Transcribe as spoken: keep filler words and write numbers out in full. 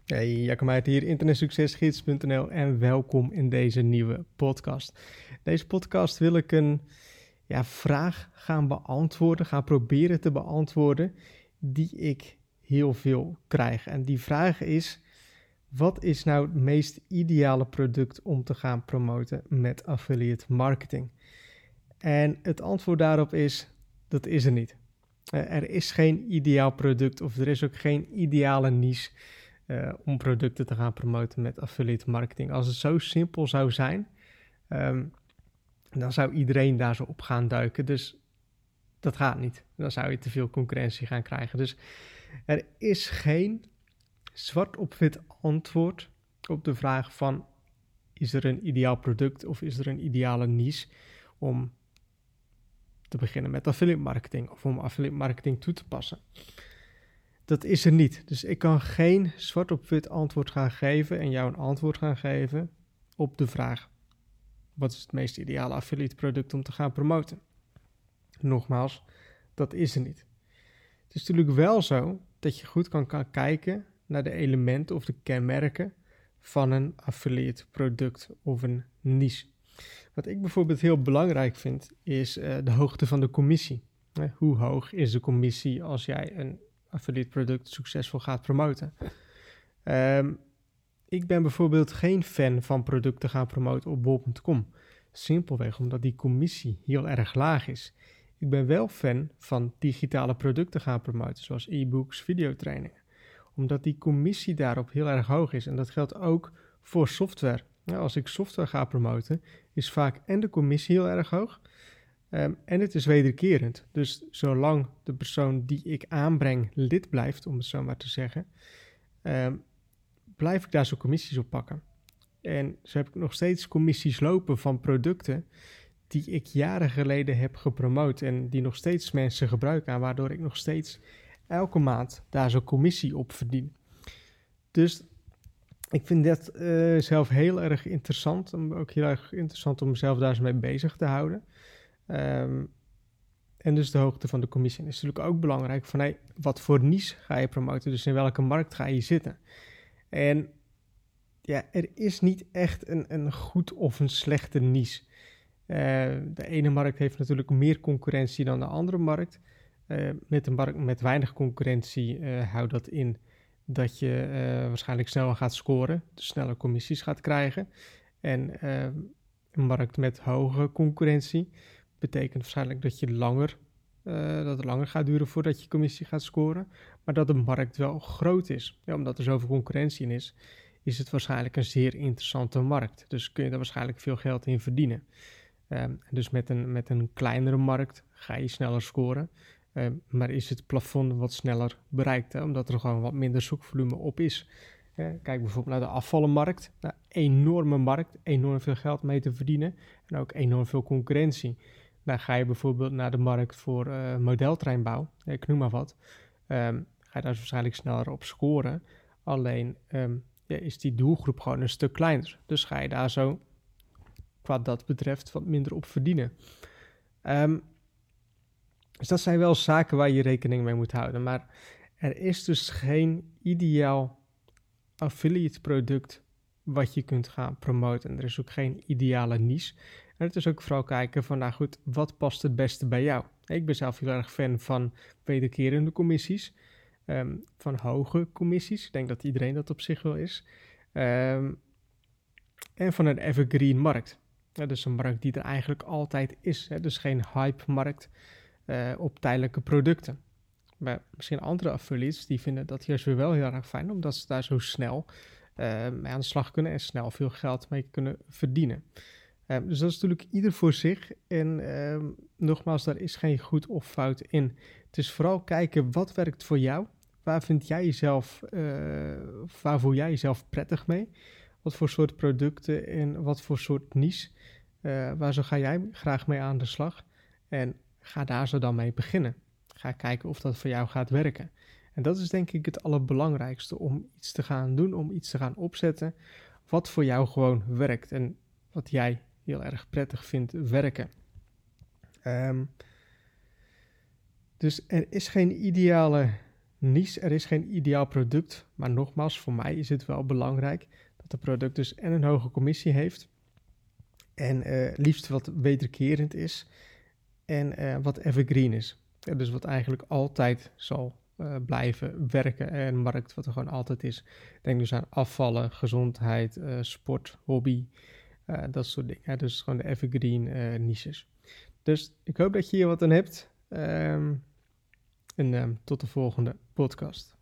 Hey, Jacco Meijert hier, internetsuccesgids punt n l en welkom in deze nieuwe podcast. Deze podcast wil ik een ja, vraag gaan beantwoorden, gaan proberen te beantwoorden, die ik heel veel krijg. En die vraag is, wat is nou het meest ideale product om te gaan promoten met affiliate marketing? En het antwoord daarop is, dat is er niet. Er is geen ideaal product of er is ook geen ideale niche Uh, om producten te gaan promoten met affiliate marketing. Als het zo simpel zou zijn, um, dan zou iedereen daar zo op gaan duiken. Dus dat gaat niet. Dan zou je te veel concurrentie gaan krijgen. Dus er is geen zwart op wit antwoord op de vraag van, is er een ideaal product of is er een ideale niche om te beginnen met affiliate marketing of om affiliate marketing toe te passen. Dat is er niet. Dus ik kan geen zwart op wit antwoord gaan geven en jou een antwoord gaan geven op de vraag, wat is het meest ideale affiliate product om te gaan promoten? Nogmaals, dat is er niet. Het is natuurlijk wel zo dat je goed kan, kan kijken naar de elementen of de kenmerken van een affiliate product of een niche. Wat ik bijvoorbeeld heel belangrijk vind, is uh, de hoogte van de commissie. Uh, hoe hoog is de commissie als jij een affiliate product succesvol gaat promoten? Um, ik ben bijvoorbeeld geen fan van producten gaan promoten op bol punt com. Simpelweg omdat die commissie heel erg laag is. Ik ben wel fan van digitale producten gaan promoten, zoals e-books, videotrainingen. Omdat die commissie daarop heel erg hoog is. En dat geldt ook voor software. Nou, als ik software ga promoten, is vaak en de commissie heel erg hoog. Um, en het is wederkerend. Dus zolang de persoon die ik aanbreng lid blijft, om het zo maar te zeggen, um, blijf ik daar zo commissies op pakken. En zo heb ik nog steeds commissies lopen van producten die ik jaren geleden heb gepromoot en die nog steeds mensen gebruiken, waardoor ik nog steeds elke maand daar zo'n commissie op verdien. Dus ik vind dat uh, zelf heel erg interessant, ook heel erg interessant om mezelf daar eens mee bezig te houden. Um, en dus de hoogte van de commissie. En is natuurlijk ook belangrijk van, hey, wat voor niche ga je promoten? Dus in welke markt ga je zitten? En ja, er is niet echt een, een goed of een slechte niche. Uh, de ene markt heeft natuurlijk meer concurrentie dan de andere markt. Uh, met een markt met weinig concurrentie uh, houdt dat in dat je uh, waarschijnlijk sneller gaat scoren, dus sneller commissies gaat krijgen. En uh, een markt met hoge concurrentie betekent waarschijnlijk dat, je langer, uh, dat het langer gaat duren voordat je commissie gaat scoren, maar dat de markt wel groot is. Ja, omdat er zoveel concurrentie in is, is het waarschijnlijk een zeer interessante markt. Dus kun je daar waarschijnlijk veel geld in verdienen. Um, dus met een, met een kleinere markt ga je sneller scoren, um, maar is het plafond wat sneller bereikt, hè, omdat er gewoon wat minder zoekvolume op is. Uh, kijk bijvoorbeeld naar de afvallenmarkt. Nou, enorme markt, enorm veel geld mee te verdienen en ook enorm veel concurrentie. Dan ga je bijvoorbeeld naar de markt voor uh, modeltreinbouw, ik noem maar wat. Um, ga je daar waarschijnlijk sneller op scoren. Alleen um, ja, is die doelgroep gewoon een stuk kleiner. Dus ga je daar zo, wat dat betreft, wat minder op verdienen. Um, dus dat zijn wel zaken waar je rekening mee moet houden. Maar er is dus geen ideaal affiliate product wat je kunt gaan promoten. En er is ook geen ideale niche. En het is ook vooral kijken van, nou goed, wat past het beste bij jou? Ik ben zelf heel erg fan van wederkerende commissies, um, van hoge commissies. Ik denk dat iedereen dat op zich wel is. Um, en van een evergreen markt. Ja, dus een markt die er eigenlijk altijd is. Hè? Dus geen hype-markt uh, op tijdelijke producten. Maar misschien andere affiliates die vinden dat juist weer wel heel erg fijn, omdat ze daar zo snel uh, mee aan de slag kunnen en snel veel geld mee kunnen verdienen. Uh, dus dat is natuurlijk ieder voor zich. En uh, nogmaals, daar is geen goed of fout in. Het is vooral kijken wat werkt voor jou. Waar vind jij jezelf, uh, waar voel jij jezelf prettig mee? Wat voor soort producten en wat voor soort niche. Uh, waar zo ga jij graag mee aan de slag? En ga daar zo dan mee beginnen. Ga kijken of dat voor jou gaat werken. En dat is denk ik het allerbelangrijkste om iets te gaan doen, om iets te gaan opzetten wat voor jou gewoon werkt en wat jij heel erg prettig vindt werken. Um, dus er is geen ideale niche, er is geen ideaal product, maar nogmaals, voor mij is het wel belangrijk dat een product dus en een hoge commissie heeft en uh, liefst wat wederkerend is en uh, wat evergreen is. Ja, dus wat eigenlijk altijd zal uh, blijven werken en een markt wat er gewoon altijd is. Denk dus aan afvallen, gezondheid, uh, sport, hobby, uh, dat soort dingen. Dus gewoon de evergreen uh, niches. Dus ik hoop dat je hier wat aan hebt. Um, en um, tot de volgende podcast.